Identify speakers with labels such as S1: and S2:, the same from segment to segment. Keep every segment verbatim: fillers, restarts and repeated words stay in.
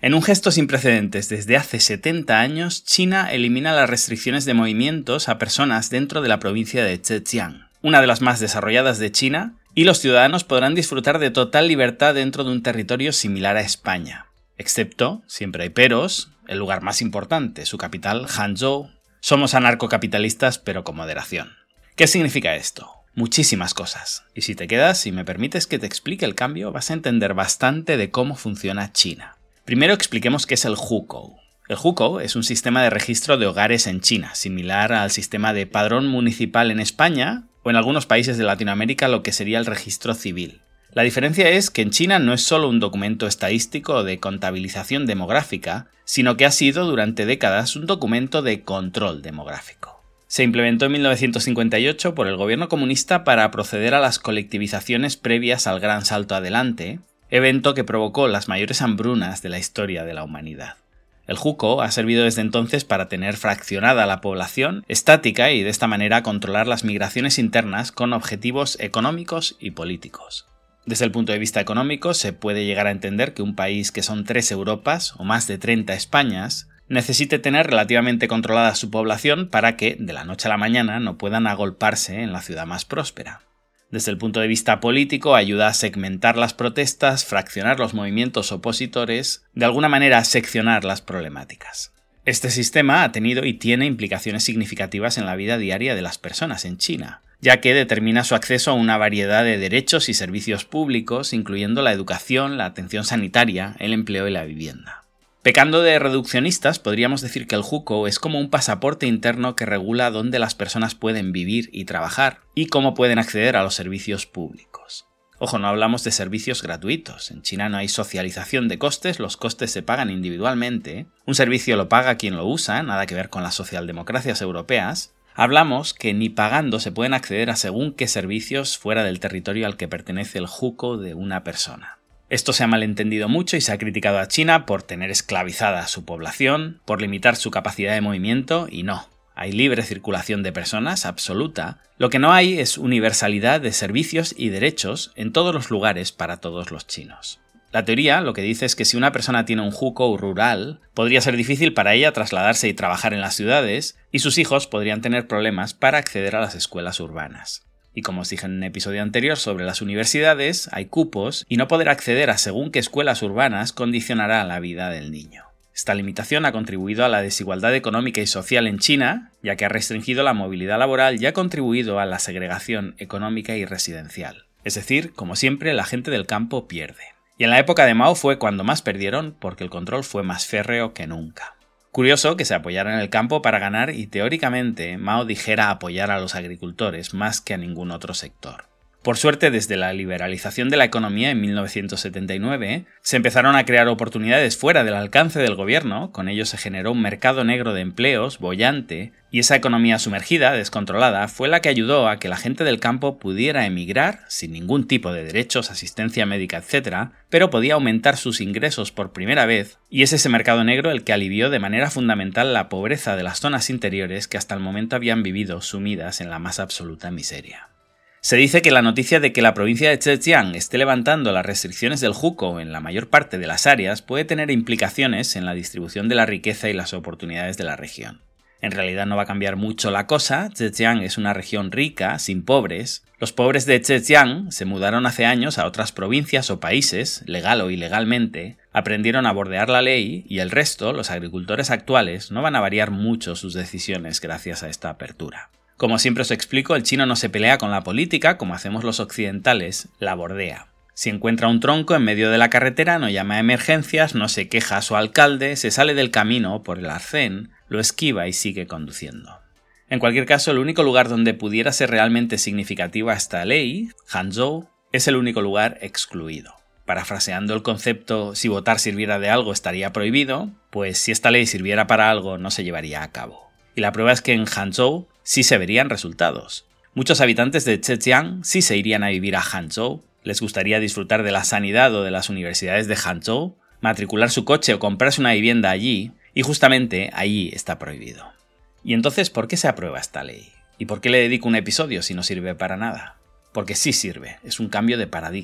S1: En un gesto sin precedentes desde hace setenta años, China elimina las restricciones de movimientos a personas dentro de la provincia de Zhejiang, una de las más desarrolladas de China, y los ciudadanos podrán disfrutar de total libertad dentro de un territorio similar a España. Excepto, siempre hay peros, el lugar más importante, su capital, Hangzhou. Somos anarcocapitalistas pero con moderación. ¿Qué significa esto? Muchísimas cosas. Y si te quedas y me permites que te explique el cambio, vas a entender bastante de cómo funciona China. Primero expliquemos qué es el hukou. El hukou es un sistema de registro de hogares en China, similar al sistema de padrón municipal en España o en algunos países de Latinoamérica lo que sería el registro civil. La diferencia es que en China no es solo un documento estadístico o de contabilización demográfica, sino que ha sido durante décadas un documento de control demográfico. Se implementó en mil novecientos cincuenta y ocho por el gobierno comunista para proceder a las colectivizaciones previas al Gran Salto Adelante, evento que provocó las mayores hambrunas de la historia de la humanidad. El hukou ha servido desde entonces para tener fraccionada la población estática y de esta manera controlar las migraciones internas con objetivos económicos y políticos. Desde el punto de vista económico, se puede llegar a entender que un país que son tres Europas o más de treinta Españas necesite tener relativamente controlada su población para que, de la noche a la mañana, no puedan agolparse en la ciudad más próspera. Desde el punto de vista político, ayuda a segmentar las protestas, fraccionar los movimientos opositores, de alguna manera seccionar las problemáticas. Este sistema ha tenido y tiene implicaciones significativas en la vida diaria de las personas en China, ya que determina su acceso a una variedad de derechos y servicios públicos, incluyendo la educación, la atención sanitaria, el empleo y la vivienda. Pecando de reduccionistas, podríamos decir que el hukou es como un pasaporte interno que regula dónde las personas pueden vivir y trabajar y cómo pueden acceder a los servicios públicos. Ojo, no hablamos de servicios gratuitos. En China no hay socialización de costes, los costes se pagan individualmente. Un servicio lo paga quien lo usa, nada que ver con las socialdemocracias europeas. Hablamos que ni pagando se pueden acceder a según qué servicios fuera del territorio al que pertenece el hukou de una persona. Esto se ha malentendido mucho y se ha criticado a China por tener esclavizada a su población, por limitar su capacidad de movimiento, y no. Hay libre circulación de personas absoluta. Lo que no hay es universalidad de servicios y derechos en todos los lugares para todos los chinos. La teoría lo que dice es que si una persona tiene un hukou rural, podría ser difícil para ella trasladarse y trabajar en las ciudades, y sus hijos podrían tener problemas para acceder a las escuelas urbanas. Y como os dije en un episodio anterior sobre las universidades, hay cupos y no poder acceder a según qué escuelas urbanas condicionará la vida del niño. Esta limitación ha contribuido a la desigualdad económica y social en China, ya que ha restringido la movilidad laboral y ha contribuido a la segregación económica y residencial. Es decir, como siempre, la gente del campo pierde. Y en la época de Mao fue cuando más perdieron porque el control fue más férreo que nunca. Curioso que se apoyara en el campo para ganar y teóricamente Mao dijera apoyar a los agricultores más que a ningún otro sector. Por suerte, desde la liberalización de la economía en mil novecientos setenta y nueve, se empezaron a crear oportunidades fuera del alcance del gobierno, con ello se generó un mercado negro de empleos boyante, y esa economía sumergida, descontrolada, fue la que ayudó a que la gente del campo pudiera emigrar, sin ningún tipo de derechos, asistencia médica, etcétera, pero podía aumentar sus ingresos por primera vez, y es ese mercado negro el que alivió de manera fundamental la pobreza de las zonas interiores que hasta el momento habían vivido sumidas en la más absoluta miseria. Se dice que la noticia de que la provincia de Zhejiang esté levantando las restricciones del hukou en la mayor parte de las áreas puede tener implicaciones en la distribución de la riqueza y las oportunidades de la región. En realidad no va a cambiar mucho la cosa. Zhejiang es una región rica, sin pobres. Los pobres de Zhejiang se mudaron hace años a otras provincias o países, legal o ilegalmente, aprendieron a bordear la ley y el resto, los agricultores actuales, no van a variar mucho sus decisiones gracias a esta apertura. Como siempre os explico, el chino no se pelea con la política como hacemos los occidentales, la bordea. Si encuentra un tronco en medio de la carretera, no llama a emergencias, no se queja a su alcalde, se sale del camino por el arcén, lo esquiva y sigue conduciendo. En cualquier caso, el único lugar donde pudiera ser realmente significativa esta ley, Hangzhou, es el único lugar excluido. Parafraseando el concepto si votar sirviera de algo estaría prohibido, pues si esta ley sirviera para algo no se llevaría a cabo. Y la prueba es que en Hangzhou sí se verían resultados. Muchos habitantes de Zhejiang sí se irían a vivir a Hangzhou, les gustaría disfrutar de la sanidad o de las universidades de Hangzhou, matricular su coche o comprarse una vivienda allí, y justamente allí está prohibido. ¿Y entonces por qué se aprueba esta ley? ¿Y por qué le dedico un episodio si no sirve para nada? Porque sí sirve, es un cambio de paradigma.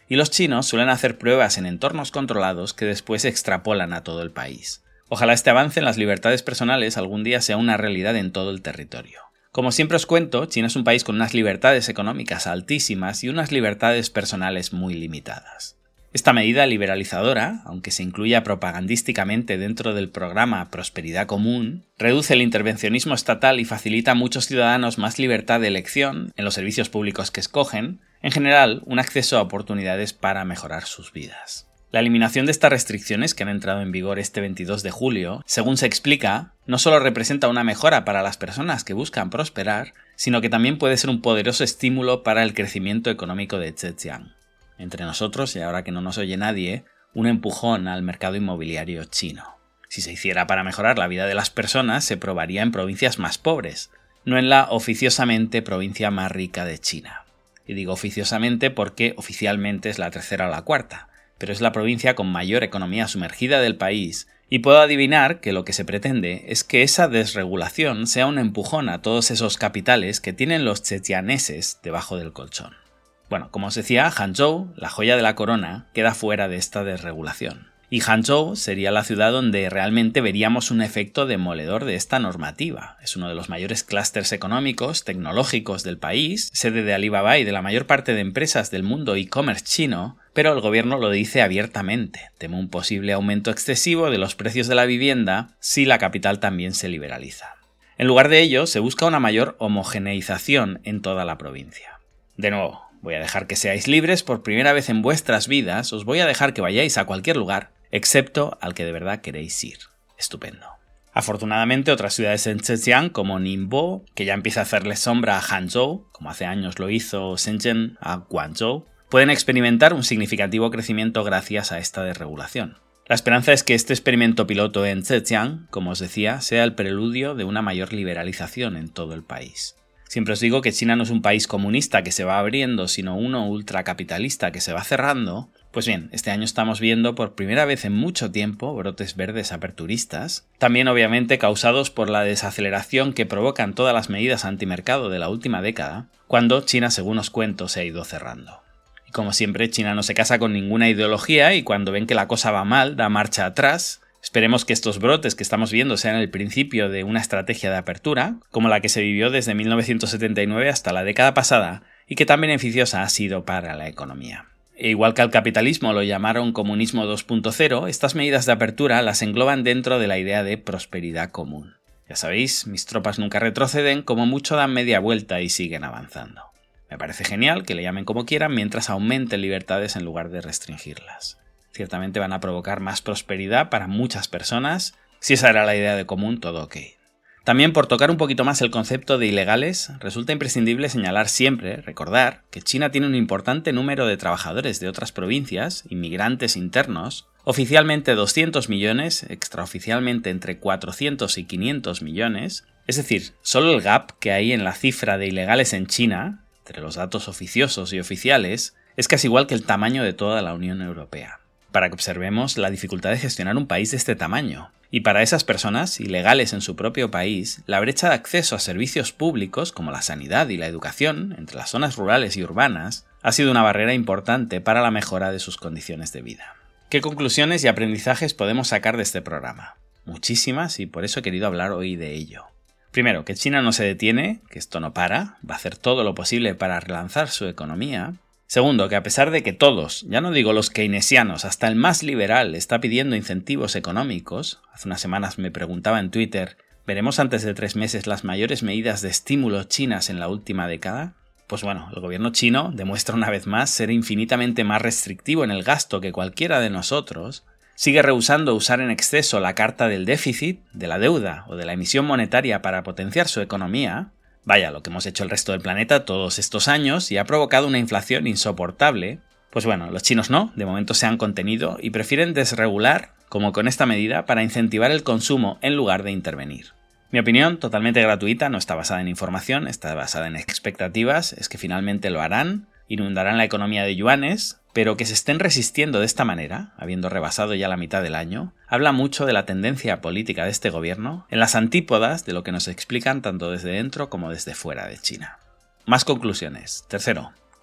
S1: y los chinos suelen hacer pruebas en entornos controlados que después se extrapolan a todo el país. Ojalá este avance en las libertades personales algún día sea una realidad en todo el territorio. Como siempre os cuento, China es un país con unas libertades económicas altísimas y unas libertades personales muy limitadas. Esta medida liberalizadora, aunque se incluya propagandísticamente dentro del programa Prosperidad Común, reduce el intervencionismo estatal y facilita a muchos ciudadanos más libertad de elección en los servicios públicos que escogen, en general, un acceso a oportunidades para mejorar sus vidas. La eliminación de estas restricciones que han entrado en vigor este veintidós de julio, según se explica, no solo representa una mejora para las personas que buscan prosperar, sino que también puede ser un poderoso estímulo para el crecimiento económico de Zhejiang. Entre nosotros, y ahora que no nos oye nadie, un empujón al mercado inmobiliario chino. Si se hiciera para mejorar la vida de las personas, se probaría en provincias más pobres, no en la oficiosamente provincia más rica de China. Y digo oficiosamente porque oficialmente es la tercera o la cuarta, pero es la provincia con mayor economía sumergida del país, y puedo adivinar que lo que se pretende es que esa desregulación sea un empujón a todos esos capitales que tienen los zhejianneses debajo del colchón. Bueno, como os decía, Hangzhou, la joya de la corona, queda fuera de esta desregulación. Y Hangzhou sería la ciudad donde realmente veríamos un efecto demoledor de esta normativa. Es uno de los mayores clústeres económicos, tecnológicos del país, sede de Alibaba y de la mayor parte de empresas del mundo e-commerce chino, pero el gobierno lo dice abiertamente. Teme un posible aumento excesivo de los precios de la vivienda si la capital también se liberaliza. En lugar de ello, se busca una mayor homogeneización en toda la provincia. De nuevo, voy a dejar que seáis libres por primera vez en vuestras vidas, os voy a dejar que vayáis a cualquier lugar, excepto al que de verdad queréis ir. Estupendo. Afortunadamente, otras ciudades en Zhejiang, como Ningbo, que ya empieza a hacerle sombra a Hangzhou, como hace años lo hizo Shenzhen a Guangzhou, pueden experimentar un significativo crecimiento gracias a esta desregulación. La esperanza es que este experimento piloto en Zhejiang, como os decía, sea el preludio de una mayor liberalización en todo el país. Siempre os digo que China no es un país comunista que se va abriendo, sino uno ultracapitalista que se va cerrando. Pues bien, este año estamos viendo por primera vez en mucho tiempo brotes verdes aperturistas, también obviamente causados por la desaceleración que provocan todas las medidas antimercado de la última década, cuando China, según os cuento, se ha ido cerrando. Y como siempre, China no se casa con ninguna ideología y cuando ven que la cosa va mal, da marcha atrás. Esperemos que estos brotes que estamos viendo sean el principio de una estrategia de apertura, como la que se vivió desde mil novecientos setenta y nueve hasta la década pasada y que tan beneficiosa ha sido para la economía. E igual que al capitalismo lo llamaron comunismo dos punto cero, estas medidas de apertura las engloban dentro de la idea de prosperidad común. Ya sabéis, mis tropas nunca retroceden, como mucho dan media vuelta y siguen avanzando. Me parece genial que le llamen como quieran mientras aumenten libertades en lugar de restringirlas. Ciertamente van a provocar más prosperidad para muchas personas. Si esa era la idea de común, todo ok. También, por tocar un poquito más el concepto de ilegales, resulta imprescindible señalar siempre, recordar, que China tiene un importante número de trabajadores de otras provincias, inmigrantes internos, oficialmente doscientos millones, extraoficialmente entre cuatrocientos y quinientos millones, es decir, solo el gap que hay en la cifra de ilegales en China, entre los datos oficiosos y oficiales, es casi igual que el tamaño de toda la Unión Europea. Para que observemos la dificultad de gestionar un país de este tamaño. Y para esas personas, ilegales en su propio país, la brecha de acceso a servicios públicos como la sanidad y la educación, entre las zonas rurales y urbanas, ha sido una barrera importante para la mejora de sus condiciones de vida. ¿Qué conclusiones y aprendizajes podemos sacar de este programa? Muchísimas, y por eso he querido hablar hoy de ello. Primero, que China no se detiene, que esto no para, va a hacer todo lo posible para relanzar su economía. Segundo, que a pesar de que todos, ya no digo los keynesianos, hasta el más liberal está pidiendo incentivos económicos, hace unas semanas me preguntaba en Twitter, ¿veremos antes de tres meses las mayores medidas de estímulo chinas en la última década? Pues bueno, el gobierno chino demuestra una vez más ser infinitamente más restrictivo en el gasto que cualquiera de nosotros, sigue rehusando usar en exceso la carta del déficit, de la deuda o de la emisión monetaria para potenciar su economía. Vaya, lo que hemos hecho el resto del planeta todos estos años y ha provocado una inflación insoportable. Pues bueno, los chinos no, de momento se han contenido y prefieren desregular, como con esta medida, para incentivar el consumo en lugar de intervenir. Mi opinión, totalmente gratuita, no está basada en información, está basada en expectativas, es que finalmente lo harán, inundarán la economía de yuanes, pero que se estén resistiendo de esta manera, habiendo rebasado ya la mitad del año, habla mucho de la tendencia política de este gobierno en las antípodas de lo que nos explican tanto desde dentro como desde fuera de China. Más conclusiones. Tercero,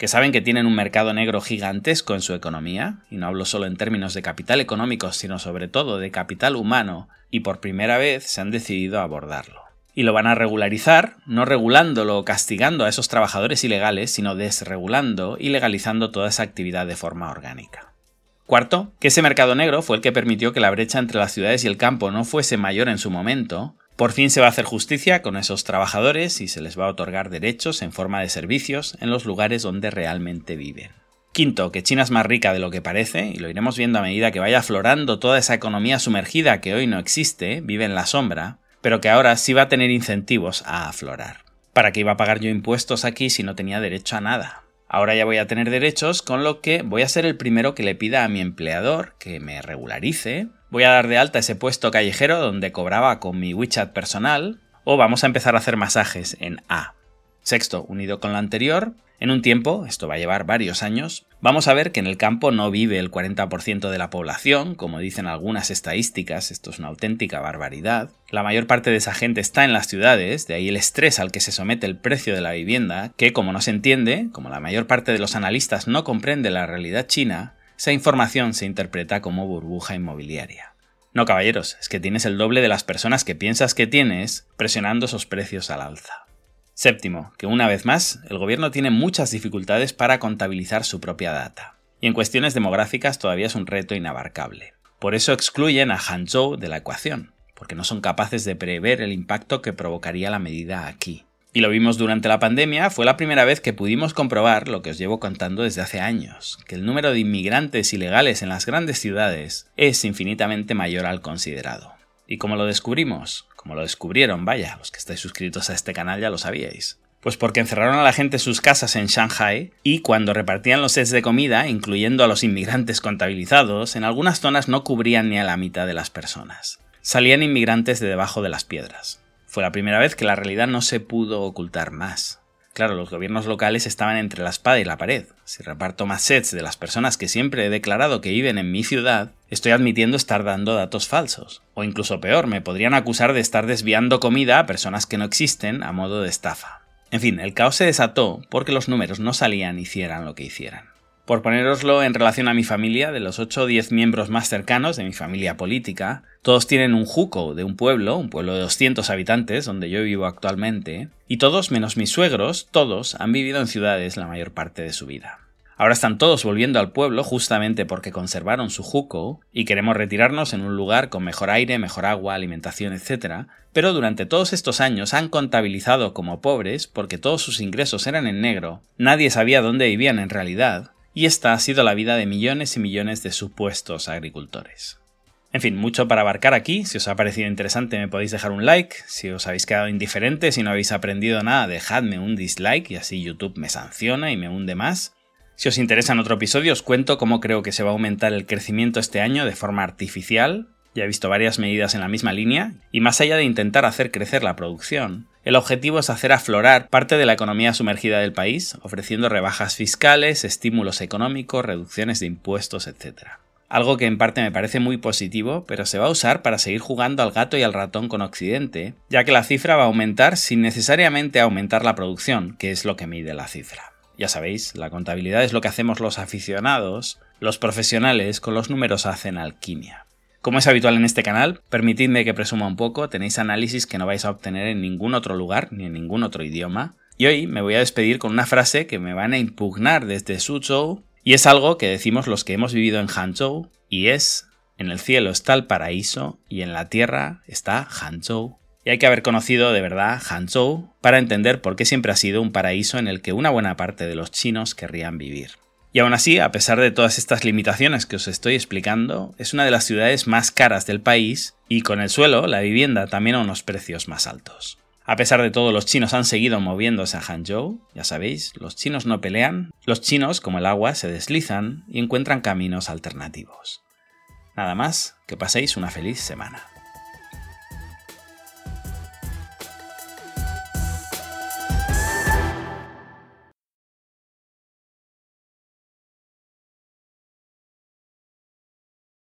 S1: que saben que tienen un mercado negro gigantesco en su economía, y no hablo solo en términos de capital económico, sino sobre todo de capital humano, y por primera vez se han decidido a abordarlo. Y lo van a regularizar, no regulándolo o castigando a esos trabajadores ilegales, sino desregulando y legalizando toda esa actividad de forma orgánica. Cuarto, que ese mercado negro fue el que permitió que la brecha entre las ciudades y el campo no fuese mayor en su momento. Por fin se va a hacer justicia con esos trabajadores y se les va a otorgar derechos en forma de servicios en los lugares donde realmente viven. Quinto, que China es más rica de lo que parece, y lo iremos viendo a medida que vaya aflorando toda esa economía sumergida que hoy no existe, vive en la sombra, pero que ahora sí va a tener incentivos a aflorar. ¿Para qué iba a pagar yo impuestos aquí si no tenía derecho a nada? Ahora ya voy a tener derechos, con lo que voy a ser el primero que le pida a mi empleador que me regularice. Voy a dar de alta ese puesto callejero donde cobraba con mi WeChat personal, o vamos a empezar a hacer masajes en A. Sexto, unido con lo anterior, en un tiempo, esto va a llevar varios años, vamos a ver que en el campo no vive el cuarenta por ciento de la población, como dicen algunas estadísticas, esto es una auténtica barbaridad. La mayor parte de esa gente está en las ciudades, de ahí el estrés al que se somete el precio de la vivienda, que como no se entiende, como la mayor parte de los analistas no comprende la realidad china, esa información se interpreta como burbuja inmobiliaria. No, caballeros, es que tienes el doble de las personas que piensas que tienes presionando esos precios al alza. Séptimo, que una vez más, el gobierno tiene muchas dificultades para contabilizar su propia data. Y en cuestiones demográficas todavía es un reto inabarcable. Por eso excluyen a Hangzhou de la ecuación, porque no son capaces de prever el impacto que provocaría la medida aquí. Y lo vimos durante la pandemia, fue la primera vez que pudimos comprobar lo que os llevo contando desde hace años, que el número de inmigrantes ilegales en las grandes ciudades es infinitamente mayor al considerado. ¿Y cómo lo descubrimos? Como lo descubrieron, vaya, los que estáis suscritos a este canal ya lo sabíais. Pues porque encerraron a la gente en sus casas en Shanghai y cuando repartían los sets de comida, incluyendo a los inmigrantes contabilizados, en algunas zonas no cubrían ni a la mitad de las personas. Salían inmigrantes de debajo de las piedras. Fue la primera vez que la realidad no se pudo ocultar más. Claro, los gobiernos locales estaban entre la espada y la pared. Si reparto más sets de las personas que siempre he declarado que viven en mi ciudad, estoy admitiendo estar dando datos falsos. O incluso peor, me podrían acusar de estar desviando comida a personas que no existen a modo de estafa. En fin, el caos se desató porque los números no salían hicieran lo que hicieran. Por ponéroslo en relación a mi familia, de los ocho o diez miembros más cercanos de mi familia política, todos tienen un hukou de un pueblo, un pueblo de doscientos habitantes, donde yo vivo actualmente, y todos, menos mis suegros, todos han vivido en ciudades la mayor parte de su vida. Ahora están todos volviendo al pueblo justamente porque conservaron su hukou y queremos retirarnos en un lugar con mejor aire, mejor agua, alimentación, etcétera, pero durante todos estos años han contabilizado como pobres porque todos sus ingresos eran en negro, nadie sabía dónde vivían en realidad, y esta ha sido la vida de millones y millones de supuestos agricultores. En fin, mucho para abarcar aquí. Si os ha parecido interesante me podéis dejar un like. Si os habéis quedado indiferentes y no habéis aprendido nada, dejadme un dislike y así YouTube me sanciona y me hunde más. Si os interesa en otro episodio os cuento cómo creo que se va a aumentar el crecimiento este año de forma artificial. Ya he visto varias medidas en la misma línea, y más allá de intentar hacer crecer la producción, el objetivo es hacer aflorar parte de la economía sumergida del país, ofreciendo rebajas fiscales, estímulos económicos, reducciones de impuestos, etcétera. Algo que en parte me parece muy positivo, pero se va a usar para seguir jugando al gato y al ratón con Occidente, ya que la cifra va a aumentar sin necesariamente aumentar la producción, que es lo que mide la cifra. Ya sabéis, la contabilidad es lo que hacemos los aficionados, los profesionales con los números hacen alquimia. Como es habitual en este canal, permitidme que presuma un poco, tenéis análisis que no vais a obtener en ningún otro lugar ni en ningún otro idioma. Y hoy me voy a despedir con una frase que me van a impugnar desde Suzhou, y es algo que decimos los que hemos vivido en Hangzhou, y es: en el cielo está el paraíso y en la tierra está Hangzhou. Y hay que haber conocido de verdad Hangzhou para entender por qué siempre ha sido un paraíso en el que una buena parte de los chinos querrían vivir. Y aún así, a pesar de todas estas limitaciones que os estoy explicando, es una de las ciudades más caras del país y con el suelo, la vivienda, también a unos precios más altos. A pesar de todo, los chinos han seguido moviéndose a Hangzhou, ya sabéis, los chinos no pelean, los chinos, como el agua, se deslizan y encuentran caminos alternativos. Nada más, que paséis una feliz semana.